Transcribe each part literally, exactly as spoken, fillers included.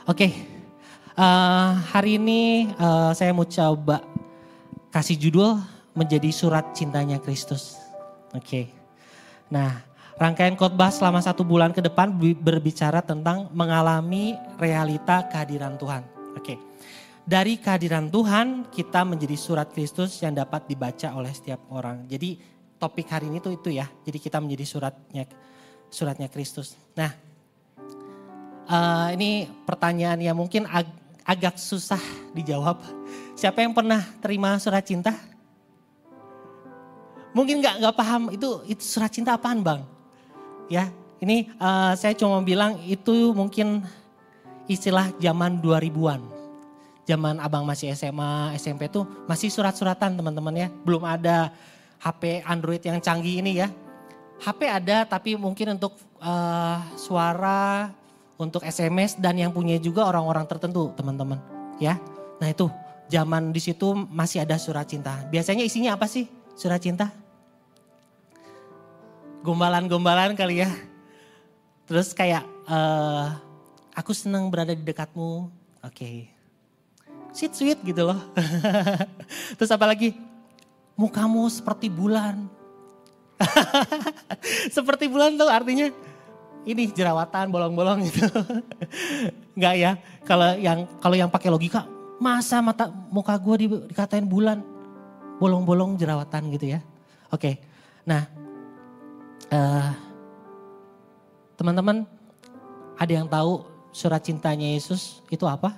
Oke, uh, hari ini uh, saya mau coba kasih judul menjadi surat cintanya Kristus. Oke, nah rangkaian khotbah selama satu bulan ke depan berbicara tentang mengalami realita kehadiran Tuhan. Oke, dari kehadiran Tuhan kita menjadi surat Kristus yang dapat dibaca oleh setiap orang. Jadi topik hari ini tuh itu ya, jadi kita menjadi suratnya suratnya Kristus. Nah. Uh, ini pertanyaan yang mungkin ag- agak susah dijawab. Siapa yang pernah terima surat cinta? Mungkin nggak nggak paham itu itu surat cinta apaan bang? Ya, ini uh, saya cuma bilang itu mungkin istilah zaman dua ribuan. Zaman abang masih S M A, S M P tuh masih surat-suratan teman-teman ya. Belum ada H P Android yang canggih ini ya. H P ada tapi mungkin untuk uh, suara, untuk S M S dan yang punya juga orang-orang tertentu teman-teman ya. Nah itu zaman di situ masih ada surat cinta. Biasanya isinya apa sih surat cinta? Gombalan-gombalan kali ya. Terus kayak uh, aku senang berada di dekatmu. Oke. Okay. Sweet sweet gitu loh. Terus apa lagi? Mukamu seperti bulan. Seperti bulan tuh artinya ini jerawatan bolong-bolong gitu. Enggak ya. Kalau yang kalau yang pakai logika, masa mata muka gue di, dikatain bulan bolong-bolong jerawatan gitu ya. Oke. Nah, uh, teman-teman ada yang tahu surat cintanya Yesus itu apa?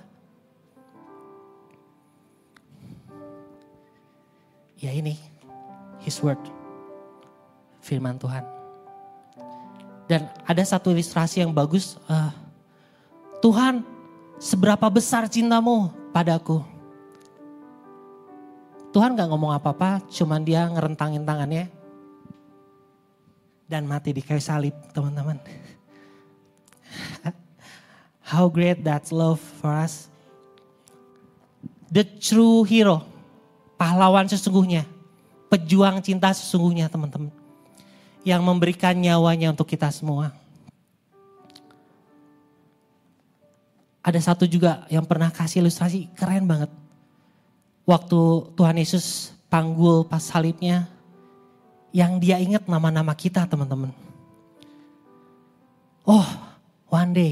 Ya ini, His Word, firman Tuhan. Dan ada satu ilustrasi yang bagus. Uh, Tuhan, seberapa besar cintamu padaku. Tuhan gak ngomong apa-apa, cuman dia ngerentangin tangannya. Dan mati di kayu salib, teman-teman. How great that love for us. The true hero, pahlawan sesungguhnya. Pejuang cinta sesungguhnya, teman-teman. Yang memberikan nyawanya untuk kita semua. Ada satu juga yang pernah kasih ilustrasi keren banget. Waktu Tuhan Yesus panggul pas salibnya, yang dia ingat nama-nama kita teman-teman. Oh, one day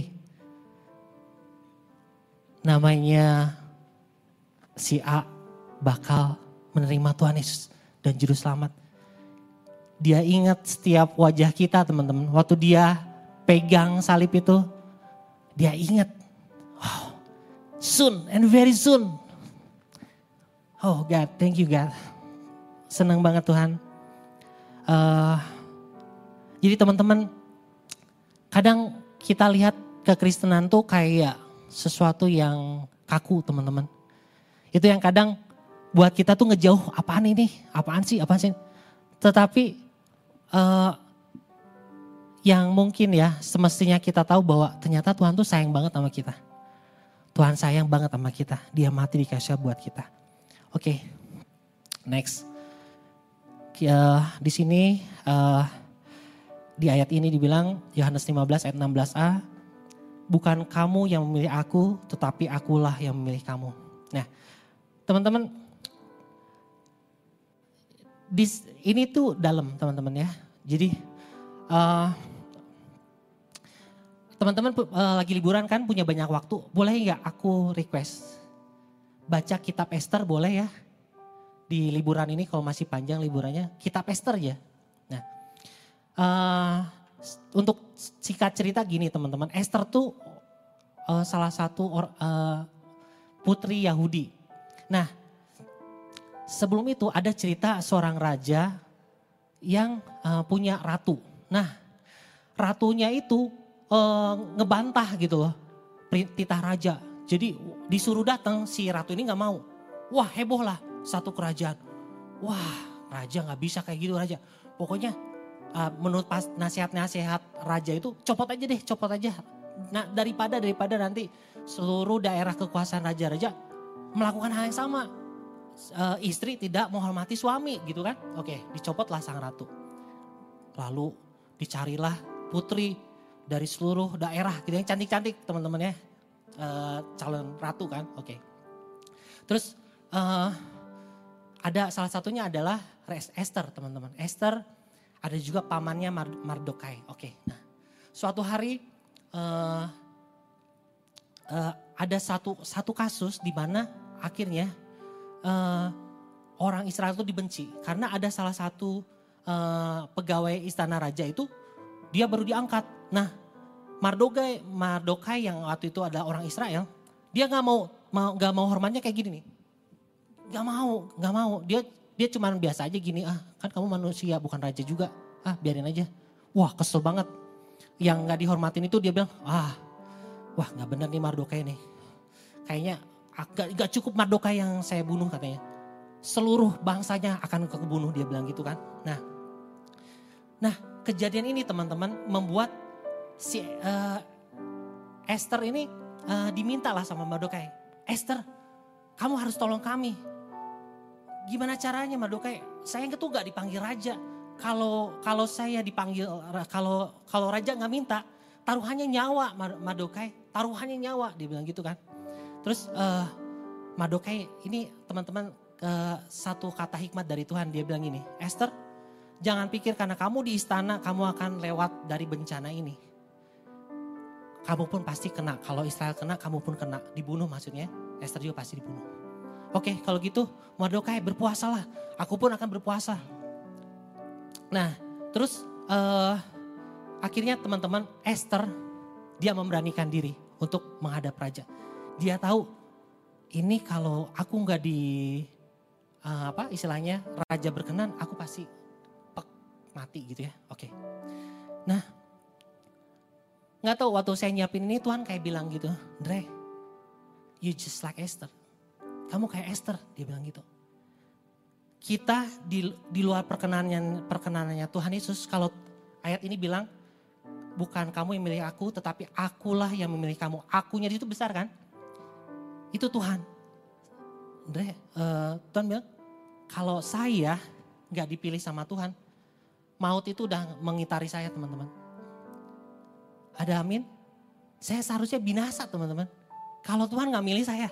namanya si A bakal menerima Tuhan Yesus dan Juru Selamat. Dia ingat setiap wajah kita teman-teman. Waktu dia pegang salib itu, dia ingat. Wow, soon and very soon. Oh God, thank you God. Senang banget Tuhan. Uh, jadi teman-teman, kadang kita lihat kekristenan tuh kayak sesuatu yang kaku teman-teman. Itu yang kadang buat kita tuh ngejauh, apaan ini, apaan sih, apaan sih. Tetapi Uh, yang mungkin ya semestinya kita tahu bahwa ternyata Tuhan tuh sayang banget sama kita. Tuhan sayang banget sama kita. Dia mati di kayu salib buat kita. Oke, okay. Next. Uh, di sini uh, di ayat ini dibilang Yohanes lima belas ayat enam belas a. Bukan kamu yang memilih aku, tetapi akulah yang memilih kamu. Nah, teman-teman. Dis, ini tuh dalam teman-teman ya. Jadi uh, teman-teman uh, lagi liburan kan punya banyak waktu. Boleh nggak aku request baca kitab Ester boleh ya. Di liburan ini kalau masih panjang liburannya kitab Ester ya. Nah uh, untuk singkat cerita gini teman-teman. Ester tuh uh, salah satu or, uh, putri Yahudi. Nah sebelum itu ada cerita seorang raja yang uh, punya ratu. Nah ratunya itu uh, ngebantah gitu loh titah raja. Jadi disuruh datang si ratu ini gak mau. Wah heboh lah satu kerajaan. Wah raja gak bisa kayak gitu raja. Pokoknya uh, menurut pas nasihat-nasihat raja itu copot aja deh copot aja. Nah daripada daripada nanti seluruh daerah kekuasaan raja-raja melakukan hal yang sama. Uh, istri tidak menghormati suami gitu kan. Oke dicopotlah sang ratu. Lalu dicarilah putri dari seluruh daerah gitu yang cantik-cantik teman-teman ya. uh, calon ratu kan, oke. Okay. Terus uh, ada salah satunya adalah Esther teman-teman. Esther ada juga pamannya Mardokai. Oke, okay. Nah suatu hari uh, uh, ada satu satu kasus di mana akhirnya uh, orang Israel itu dibenci karena ada salah satu uh, pegawai istana raja itu dia baru diangkat. Nah Mardokai, Mardokai yang waktu itu adalah orang Israel, dia nggak mau nggak mau, mau hormatnya kayak gini nih, nggak mau nggak mau dia dia cuman biasa aja gini, ah kan kamu manusia bukan raja juga, ah biarin aja. Wah kesel banget, yang nggak dihormatin itu dia bilang, ah wah nggak bener nih Mardokai nih, kayaknya nggak cukup Mardokai yang saya bunuh katanya, seluruh bangsanya akan kebunuh, dia bilang gitu kan. Nah, nah kejadian ini teman-teman membuat si uh, Esther ini uh, diminta lah sama Mardokai, Esther kamu harus tolong kami. Gimana caranya Mardokai? Saya itu gak dipanggil raja. Kalau kalau saya dipanggil, kalau kalau raja nggak minta, taruhannya nyawa Mardokai, taruhannya nyawa, dia bilang gitu kan. Terus uh, Mardokai ini teman-teman uh, satu kata hikmat dari Tuhan, dia bilang gini, Esther jangan pikir karena kamu di istana kamu akan lewat dari bencana ini. Kamu pun pasti kena, kalau Israel kena kamu pun kena, dibunuh maksudnya, Esther juga pasti dibunuh. Oke kalau gitu Mardokai berpuasalah, aku pun akan berpuasa. Nah terus uh, akhirnya teman-teman Esther dia memberanikan diri untuk menghadap raja. Dia tahu ini kalau aku nggak di uh, apa istilahnya raja berkenan, aku pasti pek, mati gitu ya. Oke. Nah nggak tahu waktu saya nyiapin ini Tuhan kayak bilang gitu, Dre, you just like Esther. Kamu kayak Esther, dia bilang gitu. Kita di, di luar perkenanannya, perkenanannya Tuhan Yesus, kalau ayat ini bilang, bukan kamu yang memilih aku, tetapi akulah yang memilih kamu. Akunya itu besar kan? Itu Tuhan. Andre, uh, Tuhan bilang, kalau saya gak dipilih sama Tuhan, maut itu udah mengitari saya teman-teman. Ada amin? Saya seharusnya binasa teman-teman. Kalau Tuhan gak milih saya.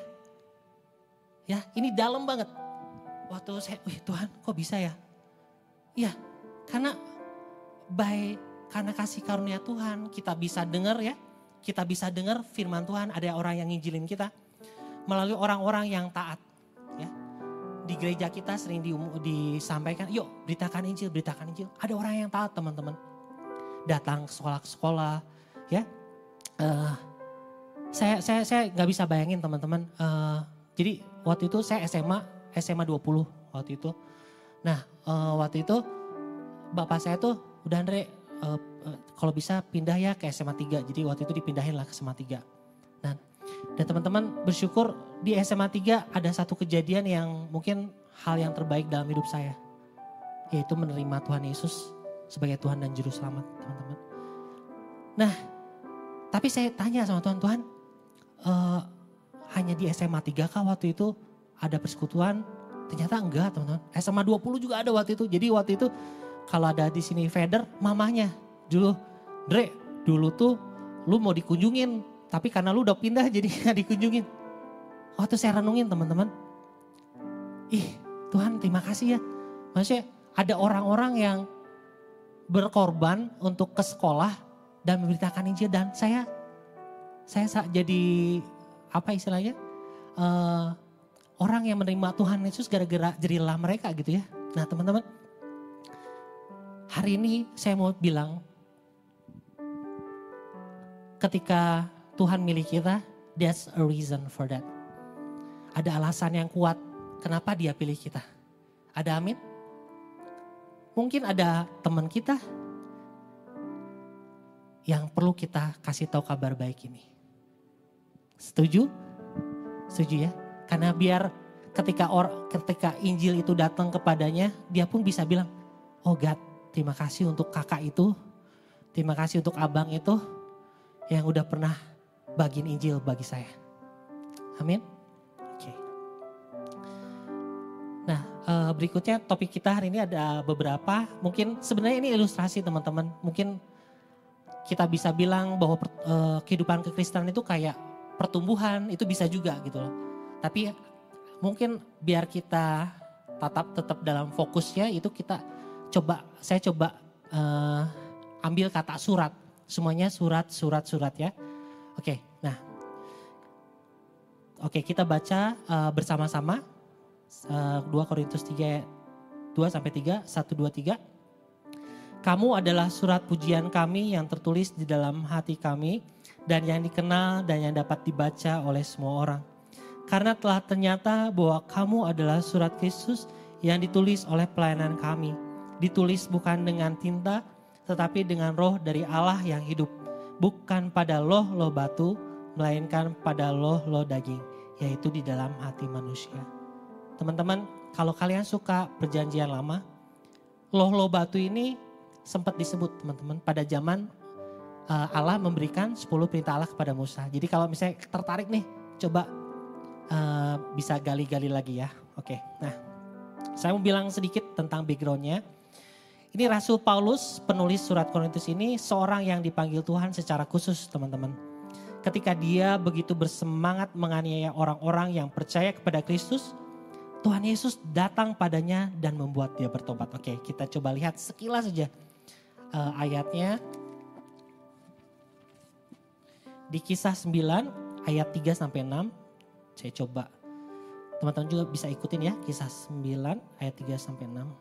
Ya ini dalam banget. Waktu saya, wih Tuhan kok bisa ya? Iya karena by karena kasih karunia Tuhan kita bisa dengar ya. Kita bisa dengar firman Tuhan, ada orang yang nginjilin kita. Melalui orang-orang yang taat. Ya. Di gereja kita sering di, disampaikan, yuk beritakan Injil, beritakan Injil. Ada orang yang taat teman-teman. Datang ke sekolah-sekolah. Ya. Uh, saya saya saya nggak bisa bayangin teman-teman. Uh, jadi waktu itu saya S M A, S M A dua puluh waktu itu. Nah uh, waktu itu bapak saya tuh udah Andre uh, uh, kalau bisa pindah ya ke S M A tiga. Jadi waktu itu dipindahin lah ke S M A tiga. Dan, dan teman-teman bersyukur di S M A tiga ada satu kejadian yang mungkin hal yang terbaik dalam hidup saya. Yaitu menerima Tuhan Yesus sebagai Tuhan dan Juru Selamat teman-teman. Nah tapi saya tanya sama Tuhan, Tuhan uh, hanya di S M A tiga kah waktu itu ada persekutuan? Ternyata enggak teman-teman. S M A dua puluh juga ada waktu itu. Jadi waktu itu kalau ada di sini Feder, mamanya dulu, Dre dulu tuh lu mau dikunjungin. Tapi karena lu udah pindah jadi gak dikunjungin. Waktu saya renungin teman-teman. Ih Tuhan terima kasih ya. Maksudnya ada orang-orang yang berkorban untuk ke sekolah dan memberitakan Injil. Dan saya, saya jadi apa istilahnya, uh, orang yang menerima Tuhan Yesus gara-gara jerilah mereka gitu ya. Nah teman-teman, hari ini saya mau bilang, ketika Tuhan milih kita, there's a reason for that. Ada alasan yang kuat kenapa dia pilih kita. Ada amin? Mungkin ada teman kita yang perlu kita kasih tahu kabar baik ini. Setuju? Setuju ya? Karena biar ketika or, ketika Injil itu datang kepadanya, dia pun bisa bilang, oh God, terima kasih untuk kakak itu, terima kasih untuk abang itu yang udah pernah bagiin Injil bagi saya. Amin? Oke. Okay. Nah uh, berikutnya topik kita hari ini ada beberapa, mungkin sebenarnya ini ilustrasi teman-teman. Mungkin kita bisa bilang bahwa uh, kehidupan kekristenan itu kayak pertumbuhan itu bisa juga gitu loh. Tapi mungkin biar kita tetap tetap dalam fokusnya itu kita coba, saya coba uh, ambil kata surat. Semuanya surat, surat, surat ya. Oke, nah. Oke, kita baca uh, bersama-sama uh, dua Korintus tiga, dua sampai tiga, satu, dua, tiga. Kamu adalah surat pujian kami yang tertulis di dalam hati kami dan yang dikenal dan yang dapat dibaca oleh semua orang. Karena telah ternyata bahwa kamu adalah surat Kristus yang ditulis oleh pelayanan kami. Ditulis bukan dengan tinta tetapi dengan roh dari Allah yang hidup. Bukan pada loh-loh batu melainkan pada loh-loh daging, yaitu di dalam hati manusia. Teman-teman, kalau kalian suka perjanjian lama, loh-loh batu ini sempat disebut teman-teman pada zaman uh, Allah memberikan sepuluh perintah Allah kepada Musa. Jadi kalau misalnya tertarik nih, coba uh, bisa gali-gali lagi ya. Oke, nah saya mau bilang sedikit tentang backgroundnya. Ini Rasul Paulus, penulis surat Korintus ini seorang yang dipanggil Tuhan secara khusus teman-teman. Ketika dia begitu bersemangat menganiaya orang-orang yang percaya kepada Kristus, Tuhan Yesus datang padanya dan membuat dia bertobat. Oke, kita coba lihat sekilas saja uh, ayatnya. Di Kisah sembilan ayat tiga sampai enam. Saya coba, teman-teman juga bisa ikutin ya, Kisah sembilan ayat tiga sampai enam.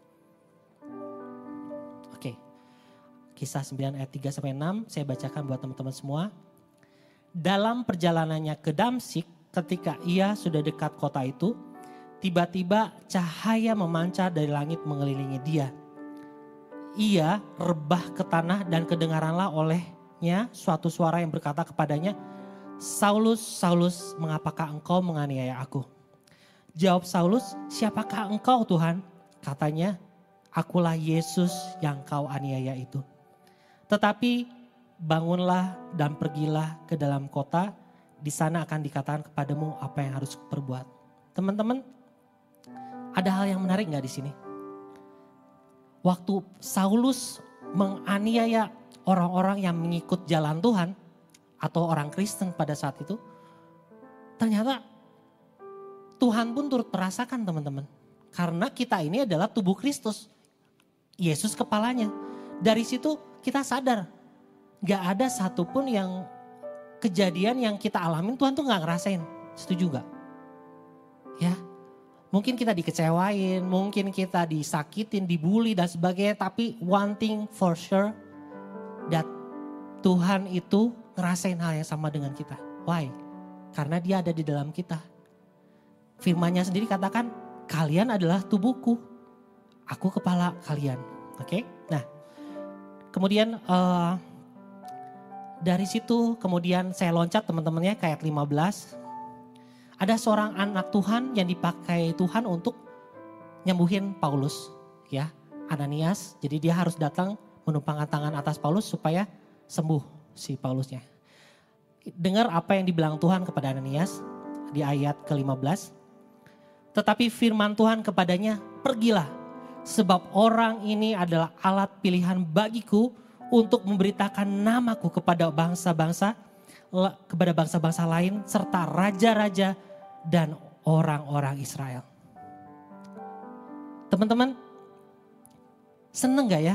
Oke, Kisah sembilan ayat tiga sampai enam saya bacakan buat teman-teman semua. Dalam perjalanannya ke Damsyik, ketika ia sudah dekat kota itu, tiba-tiba cahaya memancar dari langit mengelilingi dia. Ia rebah ke tanah dan kedengaranlah olehnya suatu suara yang berkata kepadanya, Saulus, Saulus, mengapakah engkau menganiaya aku? Jawab Saulus, siapakah engkau Tuhan? Katanya, akulah Yesus yang kau aniaya itu. Tetapi bangunlah dan pergilah ke dalam kota, di sana akan dikatakan kepadamu apa yang harus kuperbuat. Teman-teman, ada hal yang menarik gak di sini? Waktu Saulus menganiaya orang-orang yang mengikut jalan Tuhan atau orang Kristen pada saat itu, ternyata Tuhan pun turut merasakan teman-teman. Karena kita ini adalah tubuh Kristus, Yesus kepalanya. Dari situ kita sadar, gak ada satupun yang kejadian yang kita alamin Tuhan tuh gak ngerasain. Setuju gak? Ya. Mungkin kita dikecewain, mungkin kita disakitin, dibully dan sebagainya. Tapi one thing for sure, that Tuhan itu ngerasain hal yang sama dengan kita. Why? Karena dia ada di dalam kita. Firman-Nya sendiri katakan, kalian adalah tubuhku, aku kepala kalian. Oke, okay? Nah kemudian uh, dari situ kemudian saya loncat teman-temannya ke ayat lima belas. Ada seorang anak Tuhan yang dipakai Tuhan untuk nyembuhin Paulus, ya, Ananias. Jadi dia harus datang menumpangkan tangan atas Paulus supaya sembuh si Paulusnya. Dengar apa yang dibilang Tuhan kepada Ananias di ayat ke lima belas. Tetapi firman Tuhan kepadanya, pergilah, sebab orang ini adalah alat pilihan bagiku untuk memberitakan namaku kepada bangsa-bangsa, kepada bangsa-bangsa lain, serta raja-raja dan orang-orang Israel. Teman-teman, seneng gak ya?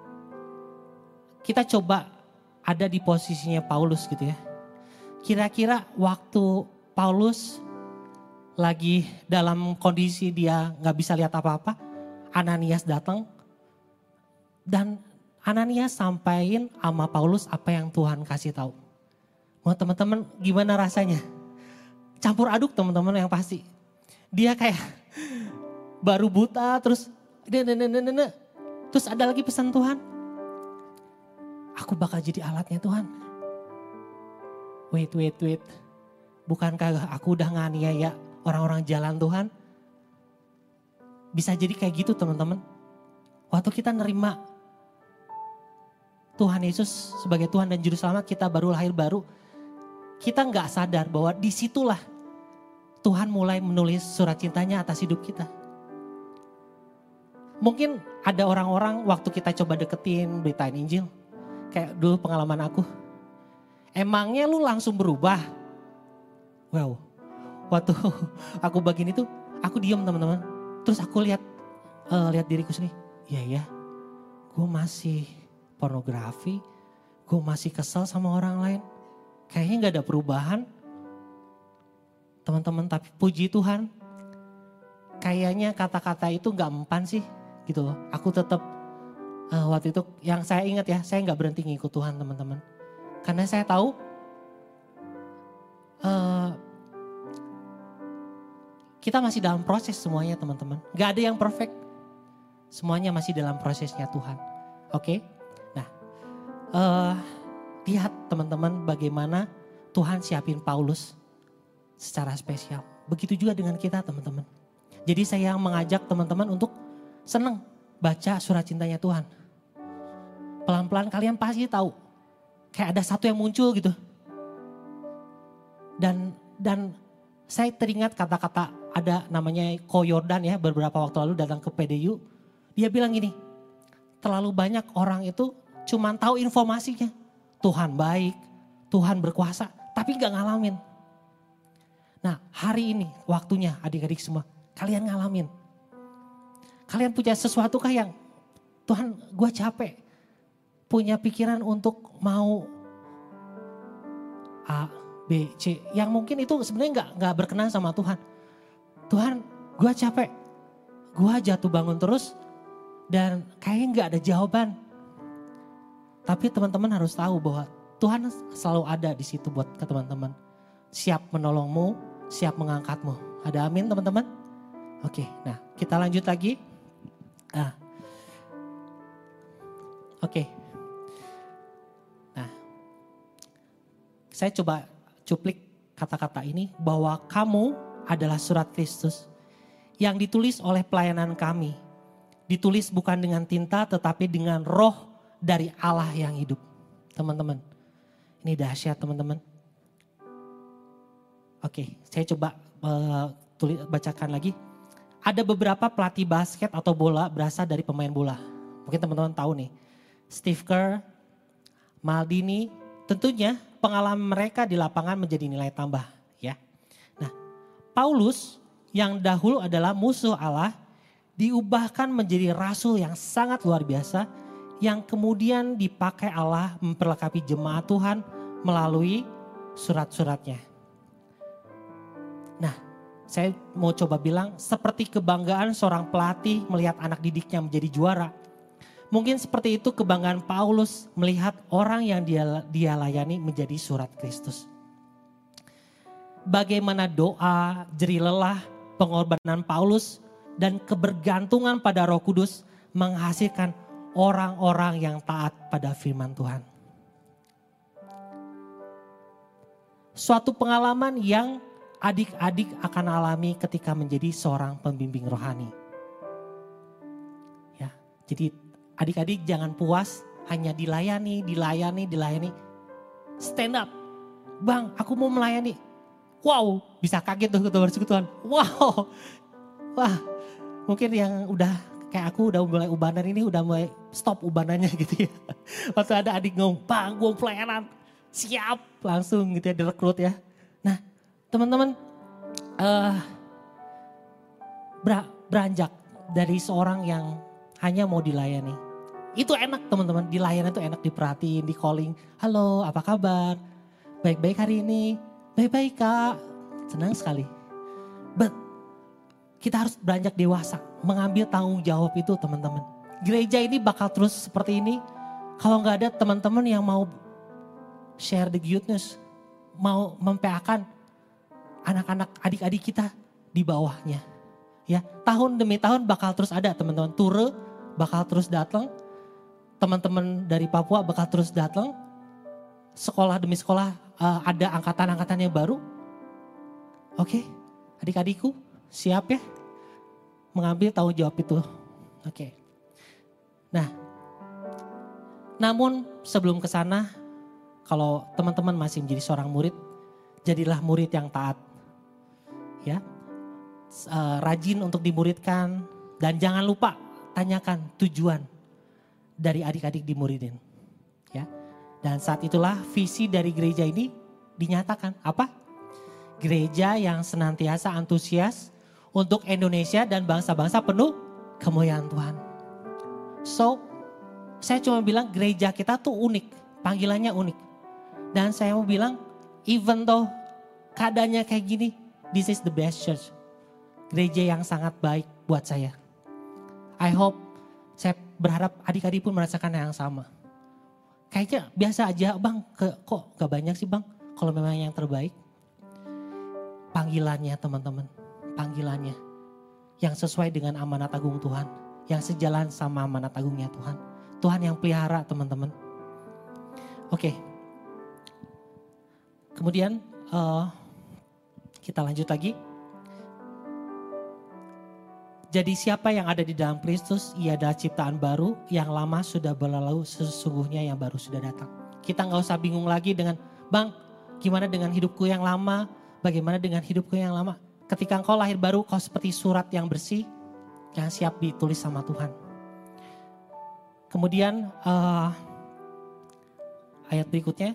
Kita coba ada di posisinya Paulus gitu ya. Kira-kira waktu Paulus lagi dalam kondisi dia gak bisa lihat apa-apa, Ananias datang dan Ananias sampaikan sama Paulus apa yang Tuhan kasih tahu. Mau teman-teman gimana rasanya? Campur aduk teman-teman yang pasti. Dia kayak baru buta terus terus ada lagi pesan Tuhan. Aku bakal jadi alatnya Tuhan. Wait, wait, wait. Bukankah aku udah nganiaya orang-orang jalan Tuhan? Bisa jadi kayak gitu teman-teman. Waktu kita nerima Tuhan Yesus sebagai Tuhan dan Juru Selamat, kita baru lahir baru. Kita gak sadar bahwa disitulah Tuhan mulai menulis surat cintanya atas hidup kita. Mungkin ada orang-orang waktu kita coba deketin, beritain Injil. Kayak dulu pengalaman aku. Emangnya lu langsung berubah? Wow, waktu aku bagian itu, aku diam teman-teman. Terus aku lihat, uh, lihat diriku sendiri. Iya ya, gue masih pornografi, gue masih kesel sama orang lain. Kayaknya gak ada perubahan. Teman-teman, tapi puji Tuhan, kayaknya kata-kata itu gak mempan sih gitu loh. Aku tetap uh, waktu itu yang saya ingat ya, saya gak berhenti ngikut Tuhan teman-teman. Karena saya tahu uh, kita masih dalam proses semuanya teman-teman. Gak ada yang perfect. Semuanya masih dalam prosesnya Tuhan. Oke? Okay? Nah, uh, lihat teman-teman bagaimana Tuhan siapin Paulus secara spesial. Begitu juga dengan kita teman-teman. Jadi saya mengajak teman-teman untuk senang baca surat cintanya Tuhan. Pelan-pelan kalian pasti tahu. Kayak ada satu yang muncul gitu. Dan dan saya teringat kata-kata ada namanya Ko Yordan ya, beberapa waktu lalu datang ke P D U. Dia bilang gini, terlalu banyak orang itu cuma tahu informasinya. Tuhan baik, Tuhan berkuasa, tapi gak ngalamin. Nah hari ini waktunya adik-adik semua, kalian ngalamin. Kalian punya sesuatu kah yang, Tuhan gue capek. Punya pikiran untuk mau A, B, C. Yang mungkin itu sebenarnya gak, gak berkenan sama Tuhan. Tuhan gue capek, gue jatuh bangun terus dan kayaknya gak ada jawaban. Tapi teman-teman harus tahu bahwa Tuhan selalu ada di situ buat ke teman-teman. Siap menolongmu, siap mengangkatmu. Ada amin teman-teman? Oke, nah kita lanjut lagi. Nah, oke. Nah, saya coba cuplik kata-kata ini bahwa kamu adalah surat Kristus yang ditulis oleh pelayanan kami. Ditulis bukan dengan tinta tetapi dengan roh dari Allah yang hidup. Teman-teman, ini dahsyat teman-teman. Oke, saya coba uh, tulis, bacakan lagi. Ada beberapa pelatih basket atau bola berasal dari pemain bola. Mungkin teman-teman tahu nih. Steve Kerr, Maldini, tentunya pengalaman mereka di lapangan menjadi nilai tambah. Ya. Nah, Paulus yang dahulu adalah musuh Allah, diubahkan menjadi rasul yang sangat luar biasa, yang kemudian dipakai Allah memperlengkapi jemaat Tuhan melalui surat-suratnya. Nah, saya mau coba bilang seperti kebanggaan seorang pelatih melihat anak didiknya menjadi juara. Mungkin seperti itu kebanggaan Paulus melihat orang yang dia, dia layani menjadi surat Kristus. Bagaimana doa, jerih lelah, pengorbanan Paulus dan kebergantungan pada Roh Kudus menghasilkan orang-orang yang taat pada firman Tuhan. Suatu pengalaman yang adik-adik akan alami ketika menjadi seorang pembimbing rohani. Ya, jadi adik-adik jangan puas hanya dilayani, dilayani, dilayani. Stand up. Bang, aku mau melayani. Wow, bisa kaget tuh ketua persekutuan. Wow. Wah, mungkin yang udah kayak aku udah mulai ubanan ini udah mulai stop ubanannya gitu ya. Waktu ada adik ngomong, bang gue pelayanan, siap langsung gitu ya direkrut ya. Nah teman-teman uh, beranjak dari seorang yang hanya mau dilayani. Itu enak teman-teman, dilayani itu enak, diperhatiin, di calling. Halo apa kabar, baik-baik hari ini, baik-baik kak, senang sekali. But kita harus beranjak dewasa, mengambil tanggung jawab itu teman-teman. Gereja ini bakal terus seperti ini kalau gak ada teman-teman yang mau share the good news. Mau mempeakan anak-anak adik-adik kita di bawahnya. Ya, tahun demi tahun bakal terus ada teman-teman. Ture bakal terus datang. Teman-teman dari Papua bakal terus datang. Sekolah demi sekolah uh, ada angkatan-angkatan yang baru. Oke, adik-adikku. Siap ya mengambil tanggung jawab itu. Oke. Nah, namun sebelum ke sana, kalau teman-teman masih menjadi seorang murid, jadilah murid yang taat. Ya, uh, rajin untuk dimuridkan dan jangan lupa tanyakan tujuan dari adik-adik dimuridin. Ya, dan saat itulah visi dari gereja ini dinyatakan apa? Gereja yang senantiasa antusias untuk Indonesia dan bangsa-bangsa penuh kemuliaan Tuhan. So, saya cuma bilang gereja kita tuh unik, panggilannya unik. Dan saya mau bilang, even though keadaannya kayak gini, this is the best church. Gereja yang sangat baik buat saya. I hope, saya berharap adik-adik pun merasakan yang sama. Kayaknya biasa aja bang, ke, kok gak banyak sih bang, kalau memang yang terbaik. Panggilannya teman-teman, panggilannya yang sesuai dengan amanat agung Tuhan, yang sejalan sama amanat agungnya Tuhan. Tuhan yang pelihara teman-teman. Oke, kemudian uh, kita lanjut lagi. Jadi siapa yang ada di dalam Kristus, ia adalah ciptaan baru, yang lama sudah berlalu, sesungguhnya yang baru sudah datang. Kita gak usah bingung lagi dengan, bang gimana dengan hidupku yang lama, bagaimana dengan hidupku yang lama. Ketika engkau lahir baru, kau seperti surat yang bersih, yang siap ditulis sama Tuhan. Kemudian uh, ayat berikutnya,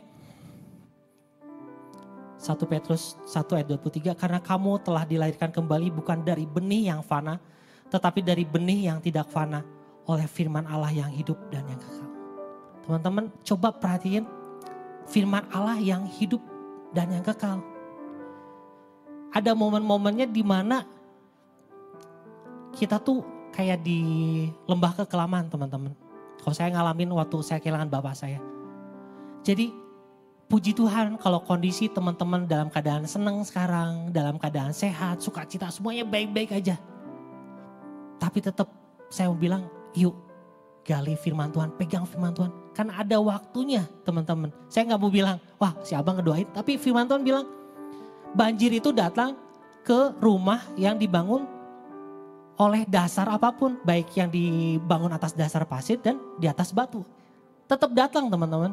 satu Petrus satu ayat dua puluh tiga, karena kamu telah dilahirkan kembali bukan dari benih yang fana, tetapi dari benih yang tidak fana oleh firman Allah yang hidup dan yang kekal. Teman-teman coba perhatiin firman Allah yang hidup dan yang kekal. Ada momen-momennya di mana kita tuh kayak di lembah kekelaman teman-teman. Kalau saya ngalamin waktu saya kehilangan bapak saya. Jadi puji Tuhan kalau kondisi teman-teman dalam keadaan senang sekarang, dalam keadaan sehat, sukacita, semuanya baik-baik aja. Tapi tetap saya mau bilang, yuk gali firman Tuhan, pegang firman Tuhan. Kan ada waktunya teman-teman. Saya gak mau bilang, wah si abang ngedoain. Tapi firman Tuhan bilang, banjir itu datang ke rumah yang dibangun oleh dasar apapun. Baik yang dibangun atas dasar pasir dan di atas batu. Tetap datang teman-teman.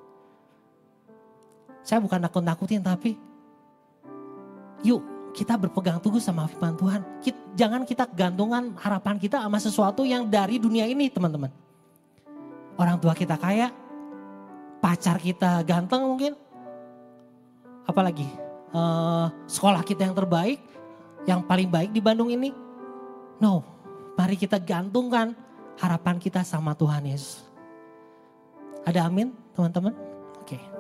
Saya bukan nakut-nakutin tapi yuk kita berpegang teguh sama firman Tuhan. Kita, jangan kita gantungan harapan kita sama sesuatu yang dari dunia ini teman-teman. Orang tua kita kaya, pacar kita ganteng mungkin. Apalagi uh, sekolah kita yang terbaik, yang paling baik di Bandung ini. No, mari kita gantungkan harapan kita sama Tuhan Yesus. Ada amin teman-teman? Oke. Okay.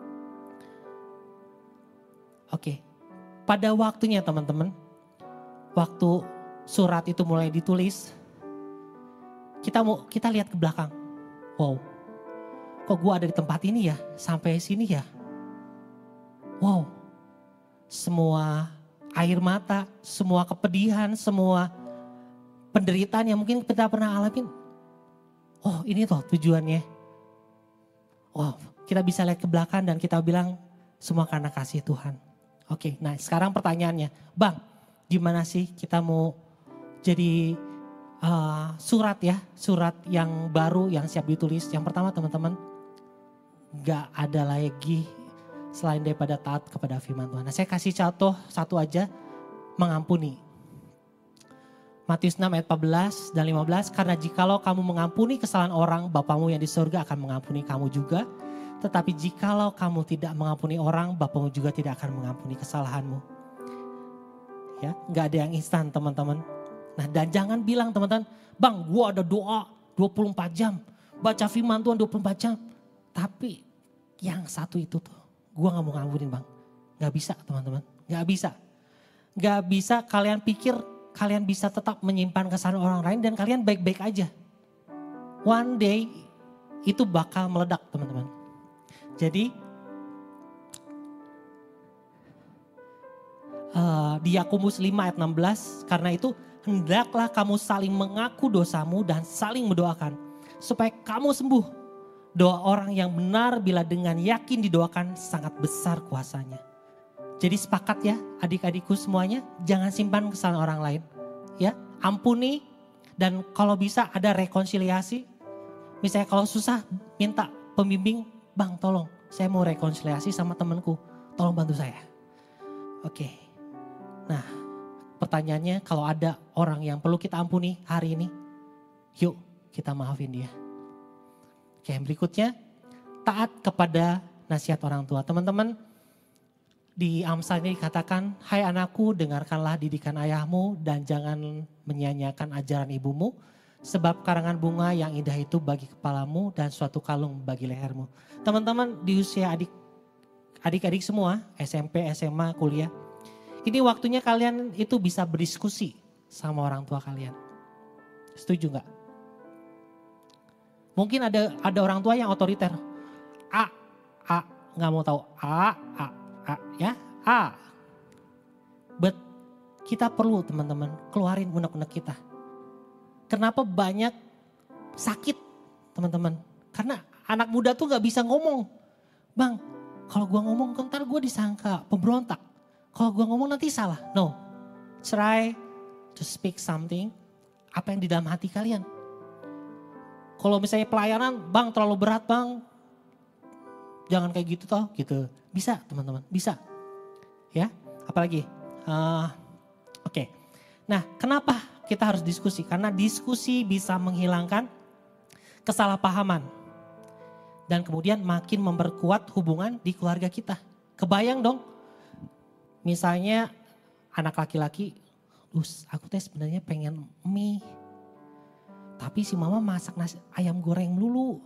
Oke. Okay. Pada waktunya teman-teman, waktu surat itu mulai ditulis, kita mau kita lihat ke belakang. Wow, kok gue ada di tempat ini ya, sampai sini ya. Wow, semua air mata, semua kepedihan, semua penderitaan yang mungkin kita pernah alamin. Oh ini toh tujuannya. Wow, kita bisa lihat ke belakang dan kita bilang semua karena kasih Tuhan. Oke, nah sekarang pertanyaannya, Bang, gimana sih kita mau jadi uh, surat ya, surat yang baru yang siap ditulis. Yang pertama teman-teman, gak ada lagi selain daripada taat kepada firman Tuhan. Nah saya kasih contoh satu aja, mengampuni. Matius enam ayat empat belas dan lima belas, karena jikalau kamu mengampuni kesalahan orang, Bapamu yang di surga akan mengampuni kamu juga. Tetapi jikalau kamu tidak mengampuni orang, Bapamu juga tidak akan mengampuni kesalahanmu. Ya, nggak ada yang instan teman-teman. Nah dan jangan bilang teman-teman, Bang gua ada doa dua puluh empat jam. Baca firman Tuhan dua puluh empat jam. Tapi yang satu itu tuh, gua gak mau ngampunin Bang. Gak bisa teman-teman, gak bisa. Gak bisa kalian pikir kalian bisa tetap menyimpan kesalahan orang lain dan kalian baik-baik aja. One day itu bakal meledak teman-teman. Jadi uh, di Yakobus lima ayat enam belas, karena itu hendaklah kamu saling mengaku dosamu dan saling mendoakan supaya kamu sembuh. Doa orang yang benar bila dengan yakin didoakan sangat besar kuasanya. Jadi sepakat ya adik-adikku semuanya, jangan simpan kesalahan orang lain. Ya, ampuni dan kalau bisa ada rekonsiliasi. Misalnya kalau susah minta pembimbing, Bang tolong saya mau rekonsiliasi sama temanku, tolong bantu saya. Oke, nah pertanyaannya kalau ada orang yang perlu kita ampuni hari ini, yuk kita maafin dia. Oke, yang berikutnya taat kepada nasihat orang tua. Teman-teman, Di Amsal ini dikatakan, hai anakku dengarkanlah didikan ayahmu dan jangan menyanyiakan ajaran ibumu. Sebab karangan bunga yang indah itu bagi kepalamu dan suatu kalung bagi lehermu. Teman-teman di usia adik, adik-adik semua, S M P, S M A, kuliah. Ini waktunya kalian itu bisa berdiskusi sama orang tua kalian. Setuju gak? Mungkin ada ada orang tua yang otoriter. A, A, gak mau tahu. A, A, A, ya, A. But kita perlu teman-teman keluarin unek-unek kita. Kenapa banyak sakit teman-teman? Karena anak muda tuh gak bisa ngomong. Bang, kalau gua ngomong ntar gua disangka pemberontak. Kalau gua ngomong nanti salah. No, try to speak something. Apa yang di dalam hati kalian. Kalau misalnya pelayanan, bang terlalu berat bang. Jangan kayak gitu toh, gitu. Bisa teman-teman, bisa. Ya, apalagi. Uh, Oke, okay. Nah kenapa kita harus diskusi? Karena diskusi bisa menghilangkan kesalahpahaman. Dan kemudian makin memperkuat hubungan di keluarga kita. Kebayang dong, misalnya anak laki-laki, Lus, aku teh sebenarnya pengen mie. Tapi si mama masak nasi ayam goreng dulu.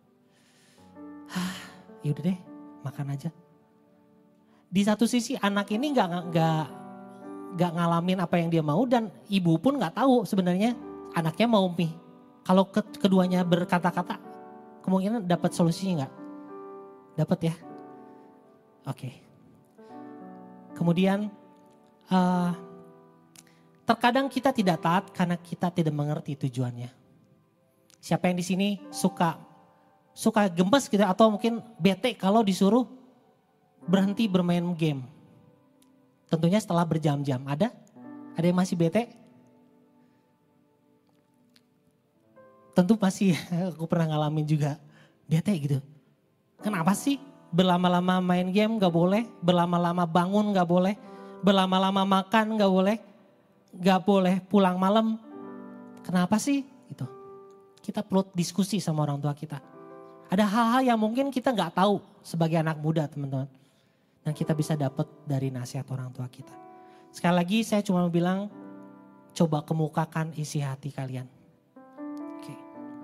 Hah, yaudah deh, makan aja. Di satu sisi anak ini nggak nggak nggak ngalamin apa yang dia mau dan ibu pun nggak tahu sebenarnya anaknya mau mie. Kalau ke, keduanya berkata-kata, kemungkinan dapat solusinya nggak? Dapat ya. Oke. Kemudian uh, terkadang kita tidak taat karena kita tidak mengerti tujuannya. Siapa yang di sini suka suka gemes gitu atau mungkin bete kalau disuruh berhenti bermain game? Tentunya setelah berjam-jam. Ada? Ada yang masih bete? Tentu masih, aku pernah ngalamin juga bete gitu. Kenapa sih berlama-lama main game gak boleh, berlama-lama bangun gak boleh, berlama-lama makan gak boleh, gak boleh pulang malam. Kenapa sih? Gitu. Kita perlu diskusi sama orang tua kita. Ada hal-hal yang mungkin kita gak tahu sebagai anak muda teman-teman. Dan kita bisa dapat dari nasihat orang tua kita. Sekali lagi saya cuma mau bilang, coba kemukakan isi hati kalian. Oke.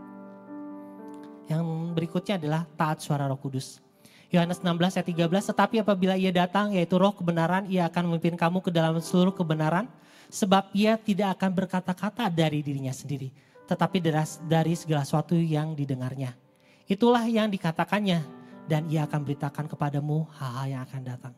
Yang berikutnya adalah taat suara Roh Kudus. Yohanes enam belas ayat tiga belas, tetapi apabila ia datang yaitu roh kebenaran, ia akan memimpin kamu ke dalam seluruh kebenaran. Sebab ia tidak akan berkata-kata dari dirinya sendiri, tetapi dari segala sesuatu yang didengarnya. Itulah yang dikatakannya. Dan ia akan beritakan kepadamu hal-hal yang akan datang.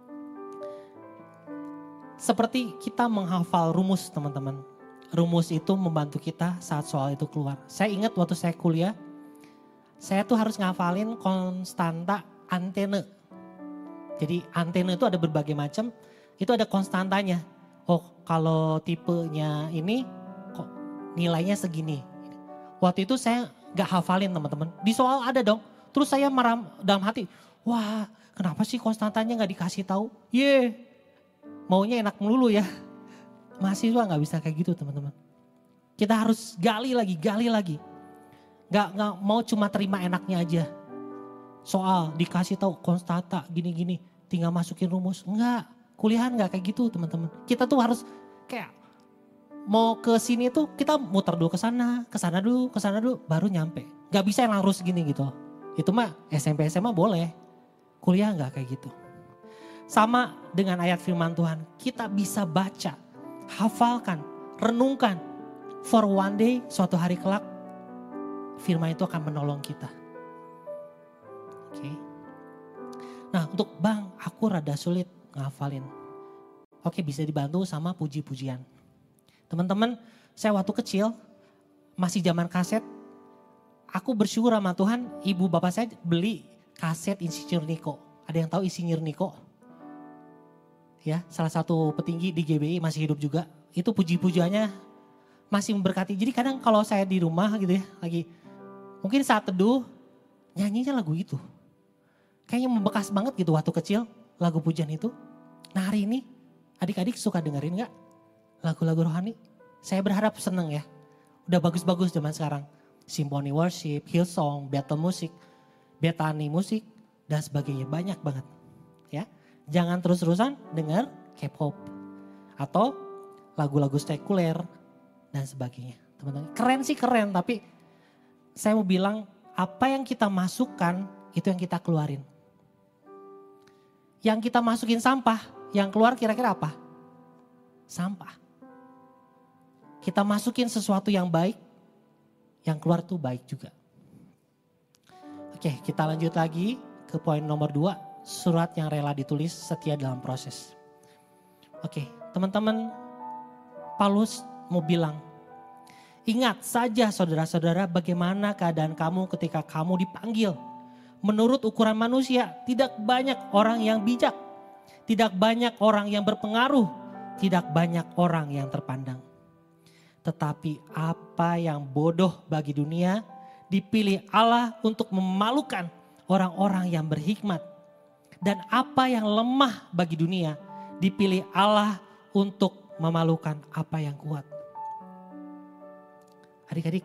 Seperti kita menghafal rumus teman-teman. Rumus itu membantu kita saat soal itu keluar. Saya ingat waktu saya kuliah, saya tuh harus ngafalin konstanta antene. Jadi antene itu ada berbagai macam, itu ada konstantanya. Oh kalau tipenya ini kok nilainya segini. Waktu itu saya gak hafalin teman-teman. Di soal ada dong. Terus saya marah dalam hati, wah kenapa sih konstantanya gak dikasih tahu? Ye, maunya enak melulu ya. Mahasiswa gak bisa kayak gitu teman-teman. Kita harus gali lagi, gali lagi. Gak, gak mau cuma terima enaknya aja. Soal dikasih tahu konstanta gini-gini, tinggal masukin rumus. Enggak, kuliahan gak kayak gitu teman-teman. Kita tuh harus kayak mau ke sini tuh kita muter dulu ke sana, ke sana dulu, ke sana dulu, baru nyampe. Gak bisa yang lurus gini gitu. Itu mah S M P S M A boleh, kuliah enggak kayak gitu. Sama dengan ayat firman Tuhan, kita bisa baca, hafalkan, renungkan. For one day, suatu hari kelak, firman itu akan menolong kita. Oke. Okay. Nah untuk bang, aku rada sulit ngafalin. Oke, bisa dibantu sama puji-pujian. Teman-teman, saya waktu kecil, masih zaman kaset, aku bersyukur sama Tuhan, ibu bapak saya beli kaset Insinyur Niko. Ada yang tahu Insinyur Niko? Ya, salah satu petinggi di G B I masih hidup juga. Itu puji-pujiannya masih memberkati. Jadi kadang kalau saya di rumah gitu ya, lagi mungkin saat teduh, nyanyinya lagu itu. Kayaknya membekas banget gitu waktu kecil, lagu pujian itu. Nah hari ini, adik-adik suka dengerin gak lagu-lagu rohani? Saya berharap seneng ya. Udah bagus-bagus zaman sekarang. Symphony worship, Hillsong, battle musik, Bethany musik, dan sebagainya. Banyak banget. Ya. Jangan terus-terusan dengar K-pop atau lagu-lagu sekuler dan sebagainya. Teman-teman, keren sih keren, tapi saya mau bilang apa yang kita masukkan itu yang kita keluarin. Yang kita masukin sampah, yang keluar kira-kira apa? Sampah. Kita masukin sesuatu yang baik, yang keluar tuh baik juga. Oke, kita lanjut lagi ke poin nomor dua, surat yang rela ditulis setia dalam proses. Oke, teman-teman, Paulus mau bilang, ingat saja saudara-saudara bagaimana keadaan kamu ketika kamu dipanggil. Menurut ukuran manusia, tidak banyak orang yang bijak, tidak banyak orang yang berpengaruh, tidak banyak orang yang terpandang. Tetapi apa yang bodoh bagi dunia dipilih Allah untuk memalukan orang-orang yang berhikmat. Dan apa yang lemah bagi dunia dipilih Allah untuk memalukan apa yang kuat. Adik-adik,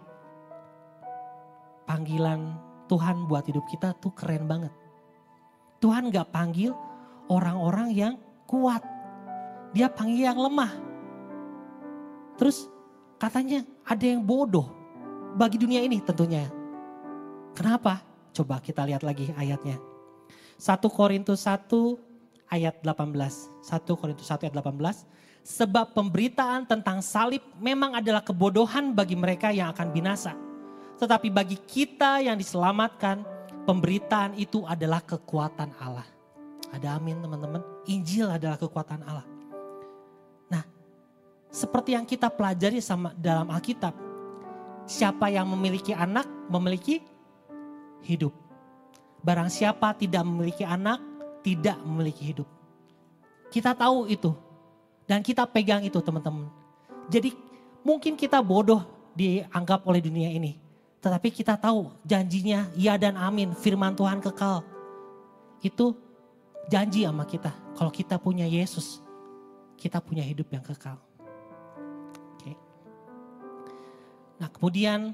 panggilan Tuhan buat hidup kita tuh keren banget. Tuhan gak panggil orang-orang yang kuat. Dia panggil yang lemah. Terus katanya ada yang bodoh bagi dunia ini tentunya. Kenapa? Coba kita lihat lagi ayatnya. satu Korintus satu ayat delapan belas. satu Korintus satu ayat delapan belas. Sebab pemberitaan tentang salib memang adalah kebodohan bagi mereka yang akan binasa. Tetapi bagi kita yang diselamatkan, pemberitaan itu adalah kekuatan Allah. Ada amin teman-teman. Injil adalah kekuatan Allah. Nah, seperti yang kita pelajari sama dalam Alkitab, siapa yang memiliki anak memiliki hidup. Barang siapa tidak memiliki anak, tidak memiliki hidup. Kita tahu itu. Dan kita pegang itu teman-teman. Jadi mungkin kita bodoh dianggap oleh dunia ini. Tetapi kita tahu janjinya ya dan amin. Firman Tuhan kekal. Itu janji sama kita. Kalau kita punya Yesus, kita punya hidup yang kekal. Oke. Nah kemudian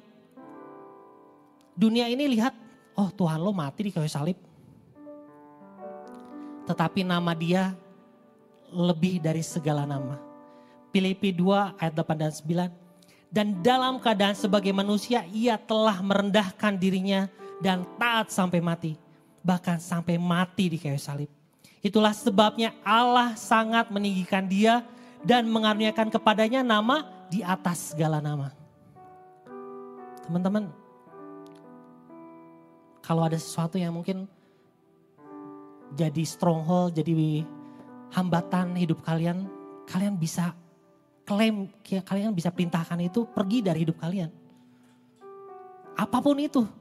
dunia ini lihat, oh Tuhan lo mati di kayu salib. Tetapi nama dia lebih dari segala nama. Filipi dua ayat delapan dan sembilan. Dan dalam keadaan sebagai manusia ia telah merendahkan dirinya dan taat sampai mati. Bahkan sampai mati di kayu salib. Itulah sebabnya Allah sangat meninggikan dia dan mengaruniakan kepadanya nama di atas segala nama. Teman-teman, kalau ada sesuatu yang mungkin jadi stronghold, jadi hambatan hidup kalian, kalian bisa klaim, kalian bisa perintahkan itu pergi dari hidup kalian. Apapun itu.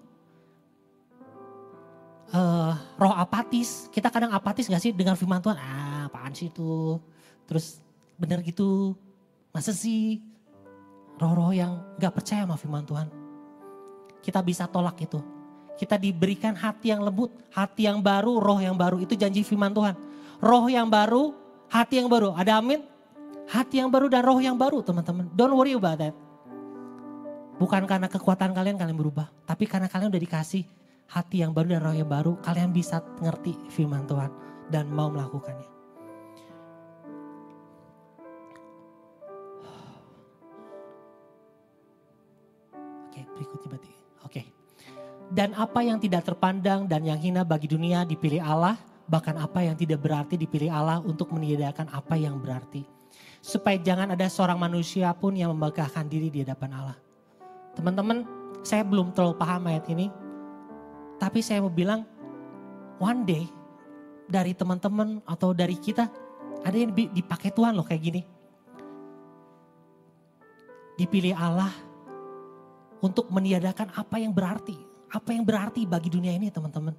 Uh, roh apatis, kita kadang apatis gak sih dengan firman Tuhan? Ah apaan sih itu? Terus bener gitu, masa sih? Roh-roh yang gak percaya sama firman Tuhan. Kita bisa tolak itu. Kita diberikan hati yang lembut, hati yang baru, roh yang baru. Itu janji firman Tuhan. Roh yang baru, hati yang baru. Ada amin? Hati yang baru dan roh yang baru teman-teman. Don't worry about that. Bukan karena kekuatan kalian, kalian berubah. Tapi karena kalian udah dikasih hati yang baru dan roh yang baru. Kalian bisa ngerti firman Tuhan dan mau melakukannya. Oke, berikutnya berarti. Oke. Dan apa yang tidak terpandang dan yang hina bagi dunia dipilih Allah. Bahkan apa yang tidak berarti dipilih Allah untuk menyediakan apa yang berarti. Supaya jangan ada seorang manusia pun yang membanggakan diri di hadapan Allah. Teman-teman, saya belum terlalu paham ayat ini. Tapi saya mau bilang, one day dari teman-teman atau dari kita, ada yang dipakai Tuhan loh kayak gini. Dipilih Allah untuk meniadakan apa yang berarti. Apa yang berarti bagi dunia ini teman-teman.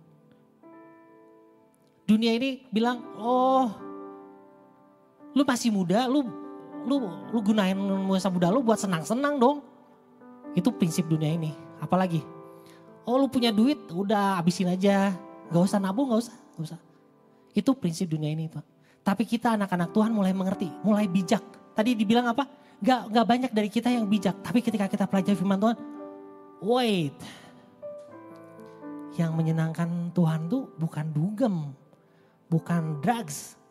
Dunia ini bilang, oh lu masih muda, lu lu lu gunain masa muda lu buat senang-senang dong. Itu prinsip dunia ini. Apalagi, oh lu punya duit, udah habisin aja, gak usah nabung, gak usah, gak usah. Itu prinsip dunia ini Pak. Tapi kita anak-anak Tuhan mulai mengerti, mulai bijak. Tadi dibilang apa? Gak, gak banyak dari kita yang bijak. Tapi ketika kita pelajari firman Tuhan, wait, yang menyenangkan Tuhan tuh bukan dugem, bukan drugs,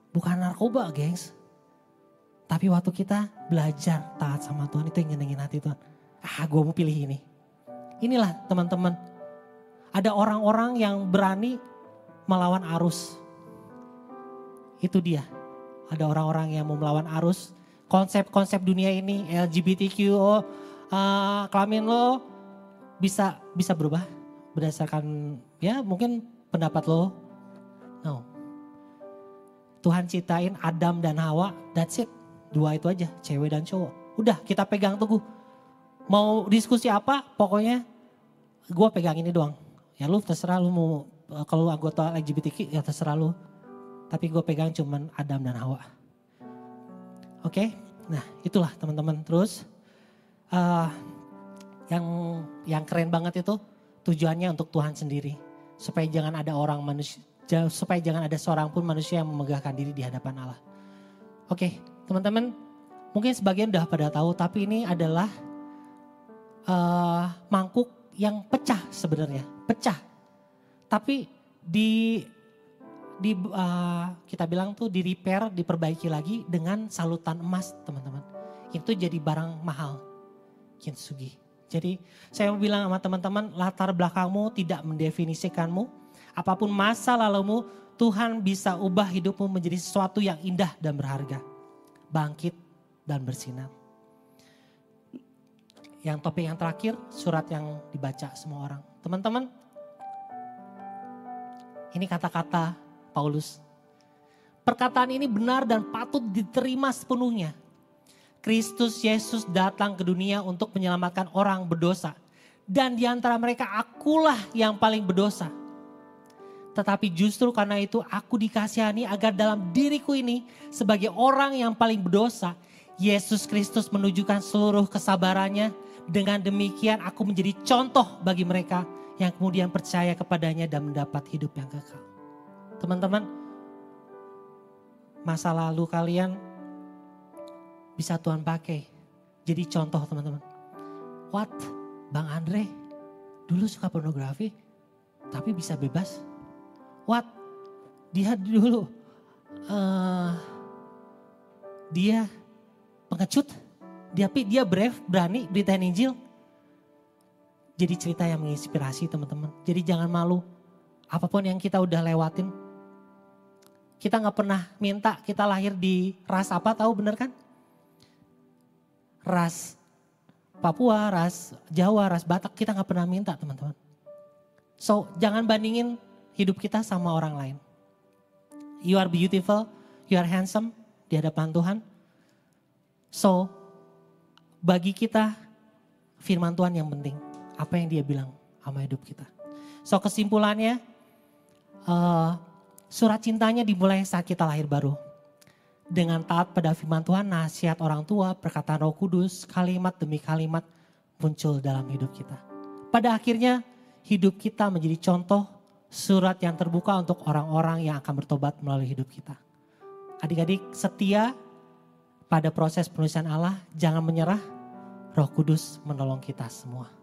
bukan narkoba, gengs. Tapi waktu kita belajar taat sama Tuhan, itu yang nyenengin hati Tuhan. Ah, gue mau pilih ini. Inilah teman-teman, ada orang-orang yang berani melawan arus. Itu dia, ada orang-orang yang mau melawan arus. Konsep-konsep dunia ini, L G B T Q, uh, kelamin lo bisa bisa berubah berdasarkan ya mungkin pendapat lo. No. Tuhan ciptain Adam dan Hawa, that's it. Dua itu aja, cewek dan cowok. Udah kita pegang teguh. Mau diskusi apa, pokoknya gue pegang ini doang. Ya lu terserah lu mau, kalau anggota L G B T Q ya terserah lu. Tapi gue pegang cuman Adam dan Hawa. Oke, okay? Nah itulah teman-teman. Terus uh, yang yang keren banget itu tujuannya untuk Tuhan sendiri. Supaya jangan ada orang manusia, supaya jangan ada seorang pun manusia yang memegahkan diri di hadapan Allah. Oke, okay, teman-teman, mungkin sebagian udah pada tahu, tapi ini adalah uh, mangkuk yang pecah sebenarnya, pecah. Tapi di di uh, kita bilang tuh di repair, diperbaiki lagi dengan salutan emas, teman-teman. Itu jadi barang mahal, kintsugi. Jadi saya mau bilang sama teman-teman, latar belakangmu tidak mendefinisikanmu. Apapun masa lalumu, Tuhan bisa ubah hidupmu menjadi sesuatu yang indah dan berharga. Bangkit dan bersinar. Yang topik yang terakhir, surat yang dibaca semua orang. Teman-teman, ini kata-kata Paulus. Perkataan ini benar dan patut diterima sepenuhnya. Kristus Yesus datang ke dunia untuk menyelamatkan orang berdosa. Dan di antara mereka akulah yang paling berdosa. Tetapi justru karena itu aku dikasihani agar dalam diriku ini sebagai orang yang paling berdosa, Yesus Kristus menunjukkan seluruh kesabarannya. Dengan demikian aku menjadi contoh bagi mereka yang kemudian percaya kepadanya dan mendapat hidup yang kekal. Teman-teman, masa lalu kalian bisa Tuhan pakai jadi contoh teman-teman. What? Bang Andre dulu suka pornografi tapi bisa bebas. What? Dia dulu uh, dia pengecut, dia dia brave, berani beritain Injil. Jadi cerita yang menginspirasi teman-teman. Jadi jangan malu, apapun yang kita udah lewatin. Kita gak pernah minta kita lahir di ras apa, tahu bener kan? Ras Papua, ras Jawa, ras Batak, kita gak pernah minta teman-teman. So jangan bandingin hidup kita sama orang lain. You are beautiful, you are handsome di hadapan Tuhan. So bagi kita firman Tuhan yang penting. Apa yang dia bilang sama hidup kita. So kesimpulannya, uh, surat cintanya dimulai saat kita lahir baru. Dengan taat pada firman Tuhan, nasihat orang tua, perkataan Roh Kudus, kalimat demi kalimat muncul dalam hidup kita. Pada akhirnya hidup kita menjadi contoh surat yang terbuka untuk orang-orang yang akan bertobat melalui hidup kita. Adik-adik setia pada proses penulisan Allah, jangan menyerah, Roh Kudus menolong kita semua.